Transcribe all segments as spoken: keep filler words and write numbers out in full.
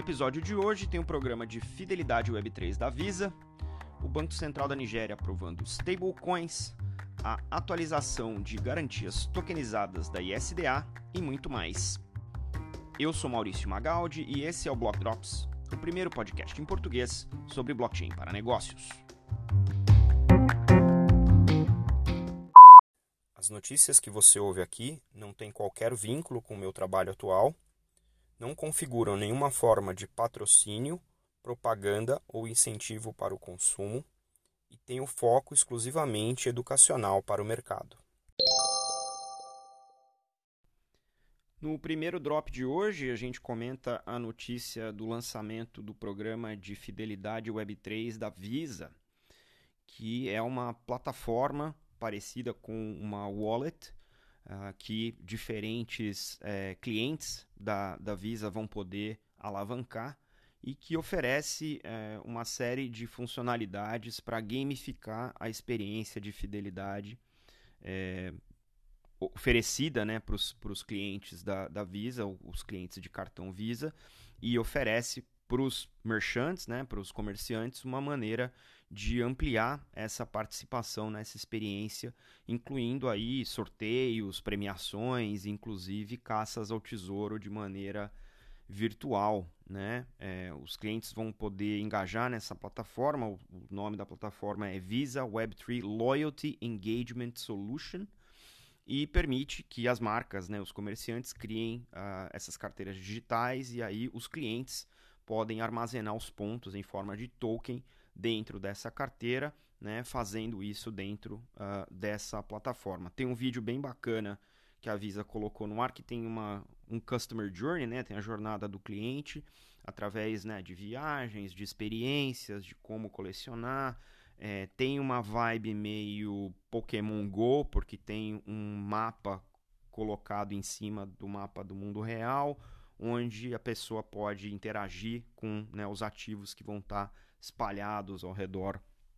episódio de hoje tem um programa de fidelidade web três da Visa, o Banco Central da Nigéria aprovando stablecoins, a atualização de garantias tokenizadas da I S D A e muito mais. Eu sou Maurício Magaldi e esse é o Block Drops, o primeiro podcast em português sobre blockchain para negócios. As notícias que você ouve aqui não têm qualquer vínculo com o meu trabalho atual, não configuram nenhuma forma de patrocínio, propaganda ou incentivo para o consumo e têm o foco exclusivamente educacional para o mercado. No primeiro drop de hoje, a gente comenta a notícia do lançamento do programa de fidelidade web três da Visa, que é uma plataforma parecida com uma wallet, uh, que diferentes uh, clientes da, da Visa vão poder alavancar e que oferece uh, uma série de funcionalidades para gamificar a experiência de fidelidade uh, oferecida, né, para os clientes da, da Visa, os clientes de cartão Visa, e oferece para os merchants, né, para os comerciantes, uma maneira de ampliar essa participação nessa experiência, incluindo aí sorteios, premiações, inclusive caças ao tesouro de maneira virtual, né? É, os clientes vão poder engajar nessa plataforma, o, o nome da plataforma é Visa web três Loyalty Engagement Solution, e permite que as marcas, né, os comerciantes, criem uh, essas carteiras digitais e aí os clientes podem armazenar os pontos em forma de token dentro dessa carteira, né, fazendo isso dentro uh, dessa plataforma. Tem um vídeo bem bacana que a Visa colocou no ar, que tem uma, um Customer Journey, né, tem a jornada do cliente, através, né, de viagens, de experiências, de como colecionar. É, tem uma vibe meio Pokémon Go, porque tem um mapa colocado em cima do mapa do mundo real, onde a pessoa pode interagir com, né, os ativos que vão estar espalhados ao redor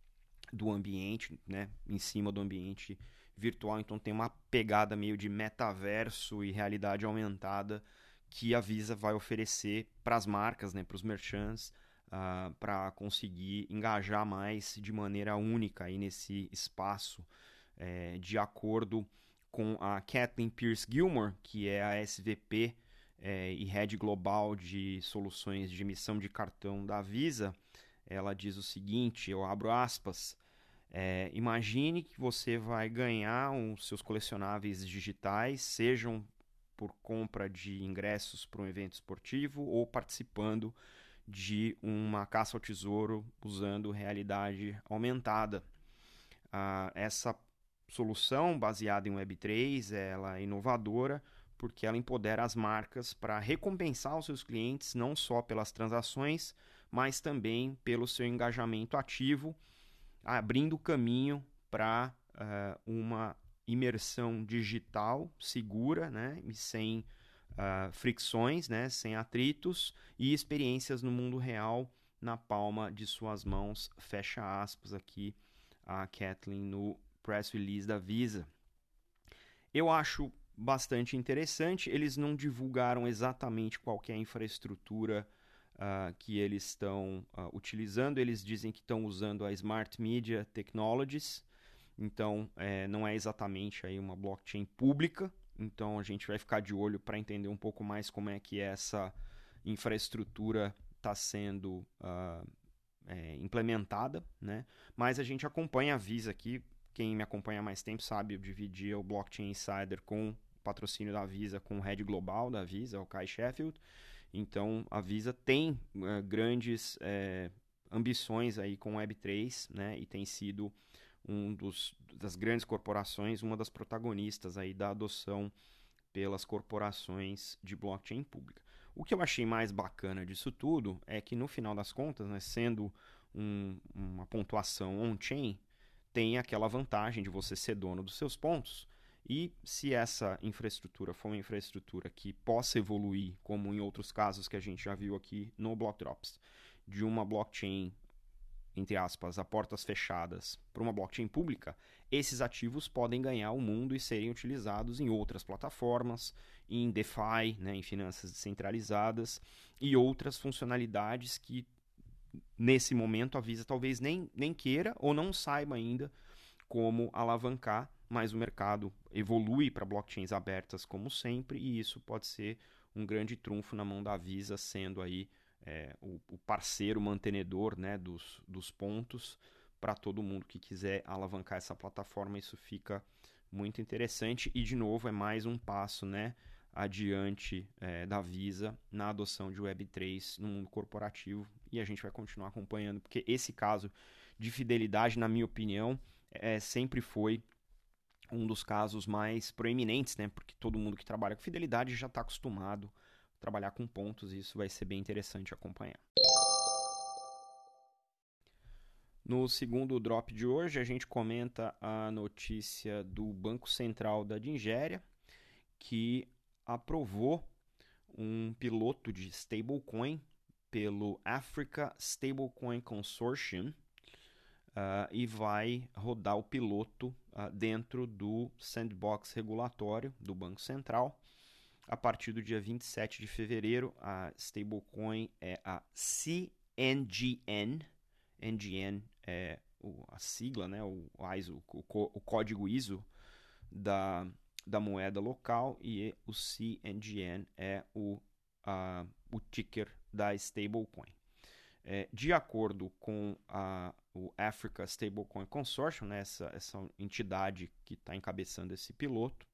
do ambiente, né, em cima do ambiente virtual. Então tem uma pegada meio de metaverso e realidade aumentada que a Visa vai oferecer para as marcas, né, para os merchants, uh, para conseguir engajar mais de maneira única aí nesse espaço, é, de acordo com a Kathleen Pierce Gilmore, que é a S V P É, e Head Global de Soluções de Emissão de Cartão da Visa. Ela diz o seguinte, eu abro aspas, é, imagine que você vai ganhar os seus colecionáveis digitais, sejam por compra de ingressos para um evento esportivo ou participando de uma caça ao tesouro usando realidade aumentada. Ah, essa solução baseada em web três, ela é inovadora, porque ela empodera as marcas para recompensar os seus clientes não só pelas transações, mas também pelo seu engajamento ativo, abrindo caminho para uh, uma imersão digital segura, né, e sem uh, fricções, né, sem atritos e experiências no mundo real na palma de suas mãos, fecha aspas aqui a Kathleen no press release da Visa. Eu acho bastante interessante. Eles não divulgaram exatamente qual que é a infraestrutura uh, que eles estão uh, utilizando. Eles dizem que estão usando a Smart Media Technologies, então é, não é exatamente aí uma blockchain pública. Então a gente vai ficar de olho para entender um pouco mais como é que essa infraestrutura está sendo uh, é, implementada, né? Mas a gente acompanha a Visa aqui. Quem me acompanha há mais tempo sabe, eu dividia o Blockchain Insider com o patrocínio da Visa, com o Head Global da Visa, o Kai Sheffield. Então, a Visa tem uh, grandes uh, ambições aí com web três, né? E tem sido um dos, das grandes corporações, uma das protagonistas aí da adoção pelas corporações de blockchain pública. O que eu achei mais bacana disso tudo é que, no final das contas, né, sendo um, uma pontuação on-chain, tem aquela vantagem de você ser dono dos seus pontos, e se essa infraestrutura for uma infraestrutura que possa evoluir, como em outros casos que a gente já viu aqui no Block Drops, de uma blockchain entre aspas, a portas fechadas para uma blockchain pública, esses ativos podem ganhar o mundo e serem utilizados em outras plataformas, em DeFi, né, em finanças descentralizadas e outras funcionalidades que nesse momento a Visa talvez nem, nem queira ou não saiba ainda como alavancar, mas o mercado evolui para blockchains abertas como sempre e isso pode ser um grande trunfo na mão da Visa, sendo aí é, o, o parceiro mantenedor, né, dos, dos pontos para todo mundo que quiser alavancar essa plataforma. Isso fica muito interessante e, de novo, é mais um passo, né, adiante é, da Visa na adoção de web três no mundo corporativo e a gente vai continuar acompanhando, porque esse caso de fidelidade, na minha opinião, é, sempre foi um dos casos mais proeminentes, né? Porque todo mundo que trabalha com fidelidade já está acostumado a trabalhar com pontos e isso vai ser bem interessante acompanhar. No segundo drop de hoje, a gente comenta a notícia do Banco Central da Nigéria, que aprovou um piloto de stablecoin pelo Africa Stablecoin Consortium, Uh, e vai rodar o piloto uh, dentro do sandbox regulatório do Banco Central. A partir do dia vinte e sete de fevereiro, a stablecoin é a C N G N. N G N é o, a sigla, né, o, I S O, o, o código I S O da, da moeda local, e o C N G N é o, uh, o ticker da stablecoin. É, de acordo com a, o Africa Stablecoin Consortium, né, essa, essa entidade que está encabeçando esse piloto,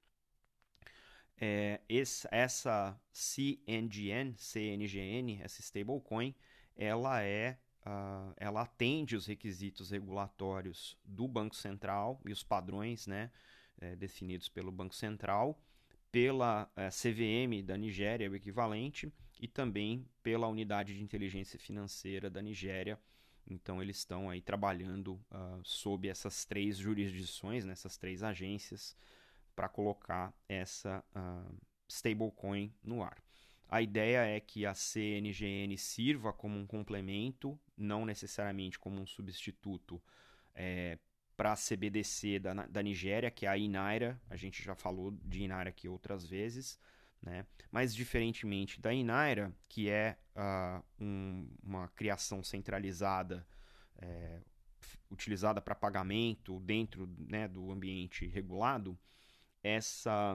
é, esse, essa C N G N, C N G N, essa stablecoin, ela, é, uh, ela atende os requisitos regulatórios do Banco Central e os padrões, né, é, definidos pelo Banco Central, pela é, C V M da Nigéria, o equivalente, e também pela Unidade de Inteligência Financeira da Nigéria. Então, eles estão aí trabalhando uh, sob essas três jurisdições, né, essas três agências, para colocar essa uh, stablecoin no ar. A ideia é que a C N G N sirva como um complemento, não necessariamente como um substituto, é, para a C B D C da, da Nigéria, que é a Inaira. A gente já falou de Inaira aqui outras vezes, né? Mas diferentemente da Inaira, que é uh, um, uma criação centralizada é, utilizada para pagamento dentro, né, do ambiente regulado, essa,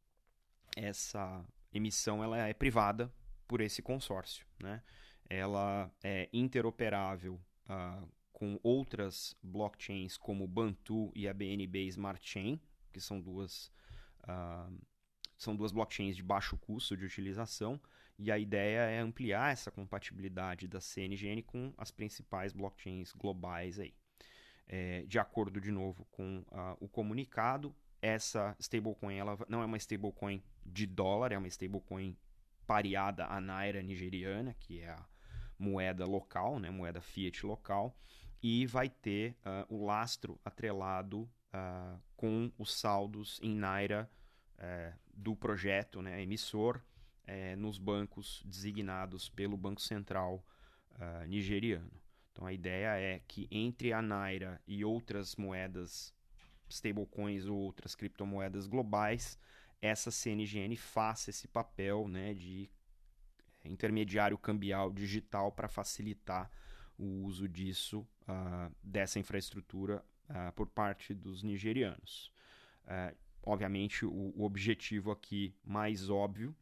essa emissão ela é privada por esse consórcio, né? Ela é interoperável uh, com outras blockchains como o Bantu e a B N B Smart Chain, que são duas, uh, são duas blockchains de baixo custo de utilização, e a ideia é ampliar essa compatibilidade da C N G N com as principais blockchains globais aí. É, de acordo, de novo, com uh, o comunicado, essa stablecoin ela não é uma stablecoin de dólar, é uma stablecoin pareada à Naira nigeriana, que é a moeda local, né, moeda fiat local, e vai ter uh, o lastro atrelado uh, com os saldos em Naira uh, do projeto, né, emissor, uh, nos bancos designados pelo Banco Central uh, nigeriano. Então a ideia é que entre a Naira e outras moedas, stablecoins ou outras criptomoedas globais, essa C N G N faça esse papel, né, de intermediário cambial digital para facilitar o uso disso, uh, dessa infraestrutura uh, por parte dos nigerianos. Uh, obviamente, o, o objetivo aqui mais óbvio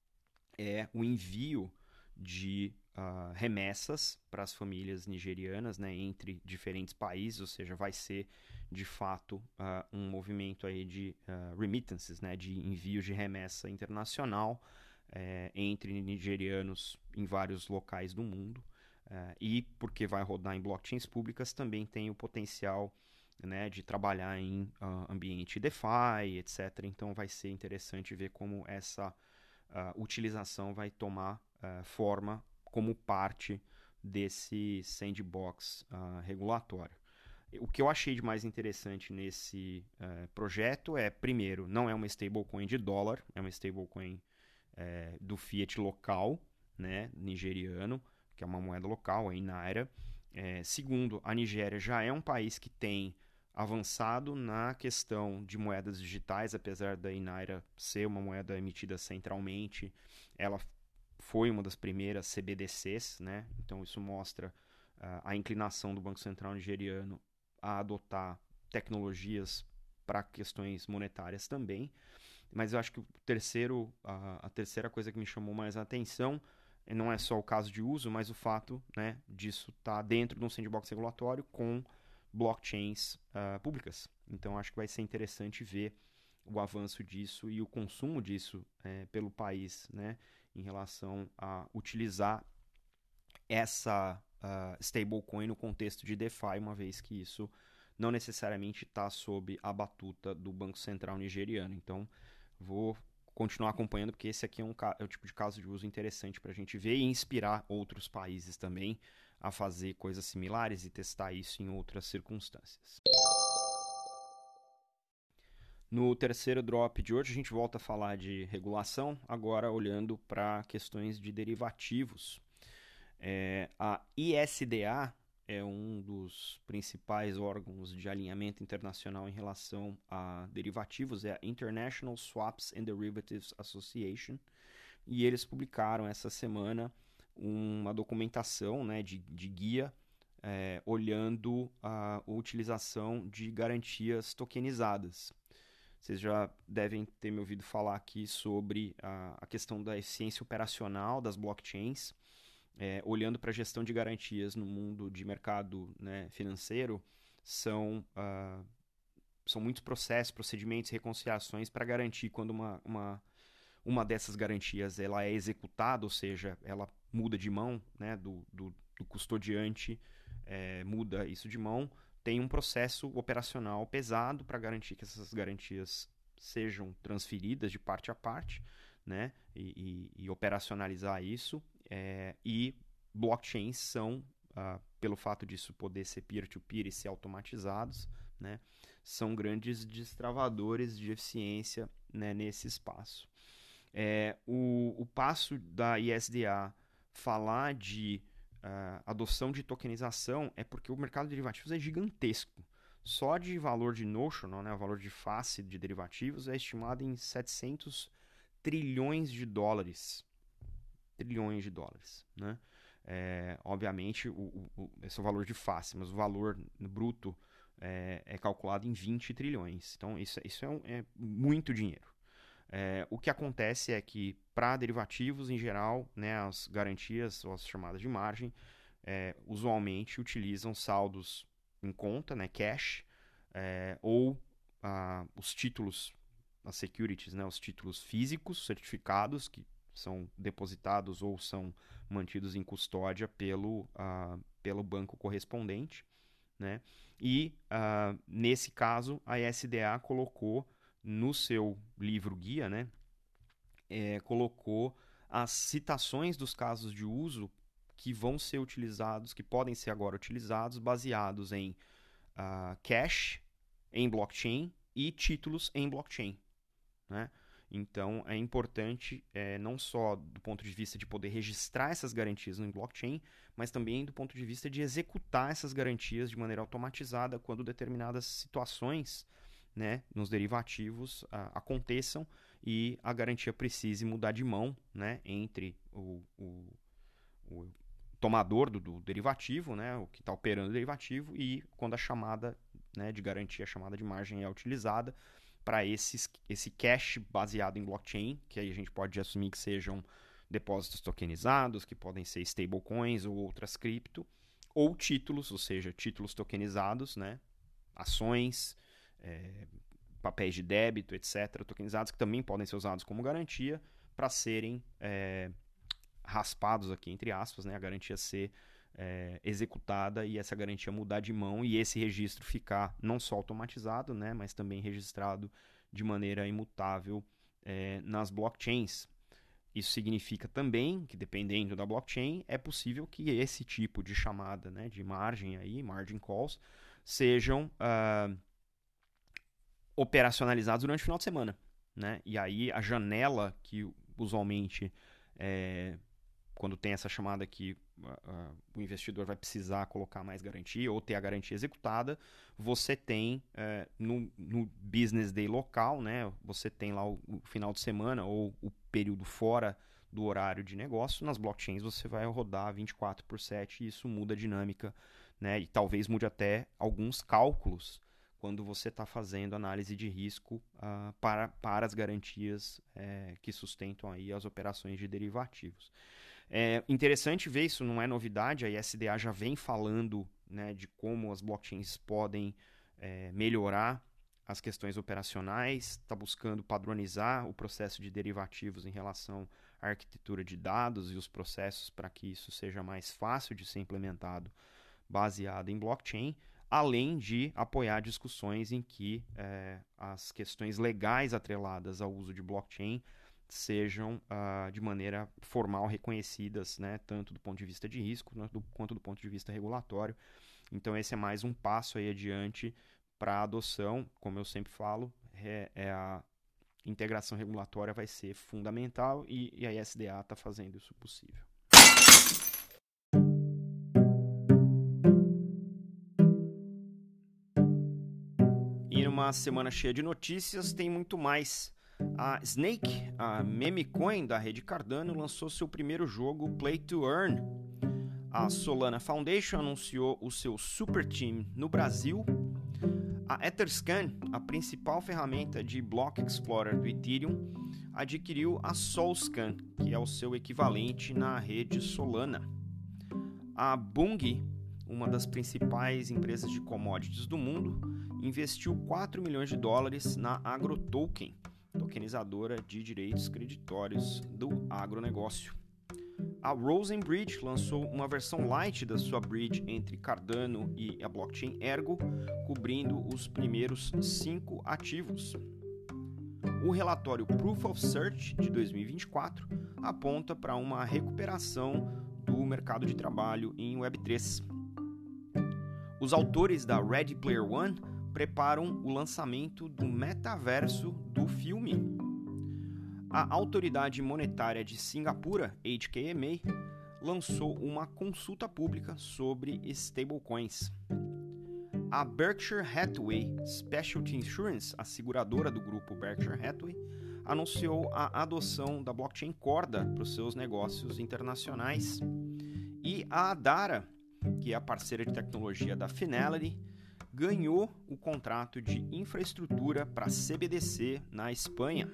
é o envio de uh, remessas para as famílias nigerianas, né, entre diferentes países, ou seja, vai ser de fato uh, um movimento aí de uh, remittances, né, de envio de remessa internacional é, entre nigerianos em vários locais do mundo. É, e porque vai rodar em blockchains públicas, também tem o potencial, né, de trabalhar em uh, ambiente DeFi, etcétera. Então vai ser interessante ver como essa uh, utilização vai tomar uh, forma como parte desse sandbox uh, regulatório. O que eu achei de mais interessante nesse uh, projeto é, primeiro, não é uma stablecoin de dólar, é uma stablecoin É, do fiat local, né, nigeriano, que é uma moeda local, a Naira, É, segundo, a Nigéria já é um país que tem avançado na questão de moedas digitais, apesar da Naira ser uma moeda emitida centralmente, ela foi uma das primeiras C B D Cs, né? Então isso mostra uh, a inclinação do Banco Central nigeriano a adotar tecnologias para questões monetárias também. Mas eu acho que o terceiro, a, a terceira coisa que me chamou mais a atenção não é só o caso de uso, mas o fato, né, disso estar tá dentro de um sandbox regulatório com blockchains uh, públicas. Então acho que vai ser interessante ver o avanço disso e o consumo disso é, pelo país, né, em relação a utilizar essa uh, stablecoin no contexto de DeFi, uma vez que isso não necessariamente está sob a batuta do Banco Central nigeriano. Então, vou continuar acompanhando, porque esse aqui é, um, é o tipo de caso de uso interessante para a gente ver e inspirar outros países também a fazer coisas similares e testar isso em outras circunstâncias. No terceiro drop de hoje, a gente volta a falar de regulação, agora olhando para questões de derivativos. É, a I S D A é um dos principais órgãos de alinhamento internacional em relação a derivativos, é a International Swaps and Derivatives Association, e eles publicaram essa semana uma documentação, né, de, de guia é, olhando a utilização de garantias tokenizadas. Vocês já devem ter me ouvido falar aqui sobre a, a questão da eficiência operacional das blockchains. É, olhando para a gestão de garantias no mundo de mercado, né, financeiro, são, uh, são muitos processos, procedimentos, reconciliações para garantir quando uma, uma, uma dessas garantias ela é executada, ou seja, ela muda de mão, né, do, do, do custodiante, é, muda isso de mão, tem um processo operacional pesado para garantir que essas garantias sejam transferidas de parte a parte, né, e, e, e operacionalizar isso. É, e blockchains são, uh, pelo fato disso poder ser peer-to-peer e ser automatizados, né, são grandes destravadores de eficiência, né, nesse espaço. É, o, o passo da I S D A falar de uh, adoção de tokenização é porque o mercado de derivativos é gigantesco. Só de valor de notional, né, o valor de face de derivativos, é estimado em setecentos trilhões de dólares. Trilhões de dólares, né? É, obviamente, o, o, esse é o valor de face, mas o valor bruto é, é calculado em vinte trilhões. Então, isso, isso é, um, é muito dinheiro. É, o que acontece é que, para derivativos em geral, né, as garantias, ou as chamadas de margem, é, usualmente utilizam saldos em conta, né, cash, é, ou ah, os títulos, as securities, né, os títulos físicos certificados, que são depositados ou são mantidos em custódia pelo, uh, pelo banco correspondente, né? E, uh, nesse caso, a S D A colocou no seu livro-guia, né? É, colocou as citações dos casos de uso que vão ser utilizados, que podem ser agora utilizados, baseados em uh, cash, em blockchain e títulos em blockchain, né? Então, é importante, é, não só do ponto de vista de poder registrar essas garantias no blockchain, mas também do ponto de vista de executar essas garantias de maneira automatizada quando determinadas situações, né, nos derivativos a, aconteçam e a garantia precise mudar de mão, né, entre o, o, o tomador do, do derivativo, né, o que está operando o derivativo, e quando a chamada, né, de garantia, a chamada de margem é utilizada, para esse cash baseado em blockchain, que aí a gente pode assumir que sejam depósitos tokenizados, que podem ser stablecoins ou outras cripto, ou títulos, ou seja, títulos tokenizados, né? Ações, é, papéis de débito, etcétera, tokenizados, que também podem ser usados como garantia para serem é, raspados aqui, entre aspas, né? A garantia ser É, executada e essa garantia mudar de mão e esse registro ficar não só automatizado, né, mas também registrado de maneira imutável é, nas blockchains. Isso significa também que, dependendo da blockchain, é possível que esse tipo de chamada, né, de margem, aí, margin calls, sejam uh, operacionalizados durante o final de semana, né? E aí a janela que usualmente é, quando tem essa chamada que uh, o investidor vai precisar colocar mais garantia ou ter a garantia executada, você tem uh, no, no business day local, né, você tem lá o, o final de semana ou o período fora do horário de negócio. Nas blockchains você vai rodar vinte e quatro por sete e isso muda a dinâmica, né, e talvez mude até alguns cálculos quando você está fazendo análise de risco uh, para, para as garantias é, que sustentam aí as operações de derivativos. É interessante ver, isso não é novidade, a I S D A já vem falando, né, de como as blockchains podem é, melhorar as questões operacionais, está buscando padronizar o processo de derivativos em relação à arquitetura de dados e os processos para que isso seja mais fácil de ser implementado baseado em blockchain, além de apoiar discussões em que é, as questões legais atreladas ao uso de blockchain sejam uh, de maneira formal reconhecidas, né, tanto do ponto de vista de risco, né, do, quanto do ponto de vista regulatório. Então esse é mais um passo aí adiante para a adoção. Como eu sempre falo, é, é a integração regulatória vai ser fundamental e, e a I S D A está fazendo isso possível. E numa semana cheia de notícias, tem muito mais. A Snake, a meme coin da rede Cardano, lançou seu primeiro jogo, Play to Earn. A Solana Foundation anunciou o seu Super Team no Brasil. A Etherscan, a principal ferramenta de Block Explorer do Ethereum, adquiriu a Solscan, que é o seu equivalente na rede Solana. A Bunge, uma das principais empresas de commodities do mundo, investiu quatro milhões de dólares na AgroToken, tokenizadora de direitos creditórios do agronegócio. A Rosenbridge lançou uma versão light da sua bridge entre Cardano e a blockchain Ergo, cobrindo os primeiros cinco ativos. O relatório Proof of Search de dois mil e vinte e quatro aponta para uma recuperação do mercado de trabalho em Web três. Os autores da Ready Player One preparam o lançamento do metaverso do filme. A Autoridade Monetária de Singapura, H K M A, lançou uma consulta pública sobre stablecoins. A Berkshire Hathaway Specialty Insurance, a seguradora do grupo Berkshire Hathaway, anunciou a adoção da blockchain Corda para os seus negócios internacionais. E a Adara, que é a parceira de tecnologia da Finality, ganhou o contrato de infraestrutura para C B D C na Espanha.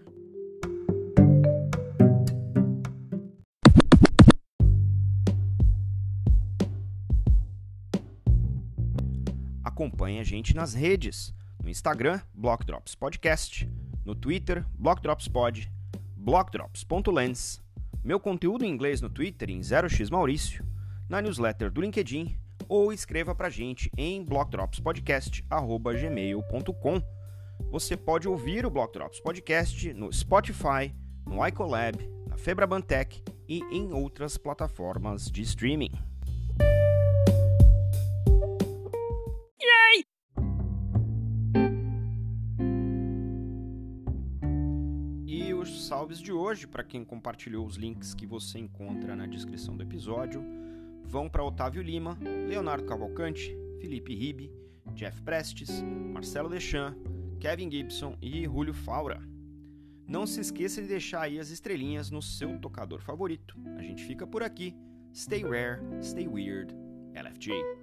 Acompanhe a gente nas redes, no Instagram, Block Drops Podcast, no Twitter, Block Drops Pod, blockdrops ponto lens, meu conteúdo em inglês no Twitter em zero x Maurício, na newsletter do LinkedIn, ou escreva pra gente em blockdropspodcast arroba gmail ponto com. Você pode ouvir o Block Drops Podcast no Spotify, no iColab, na Febrabantech e em outras plataformas de streaming. Yay! E os salves de hoje, para quem compartilhou os links que você encontra na descrição do episódio, vão para Otávio Lima, Leonardo Cavalcante, Felipe Ribe, Jeff Prestes, Marcelo Deschamps, Kevin Gibson e Julio Faura. Não se esqueça de deixar aí as estrelinhas no seu tocador favorito. A gente fica por aqui. Stay rare, stay weird. L F G.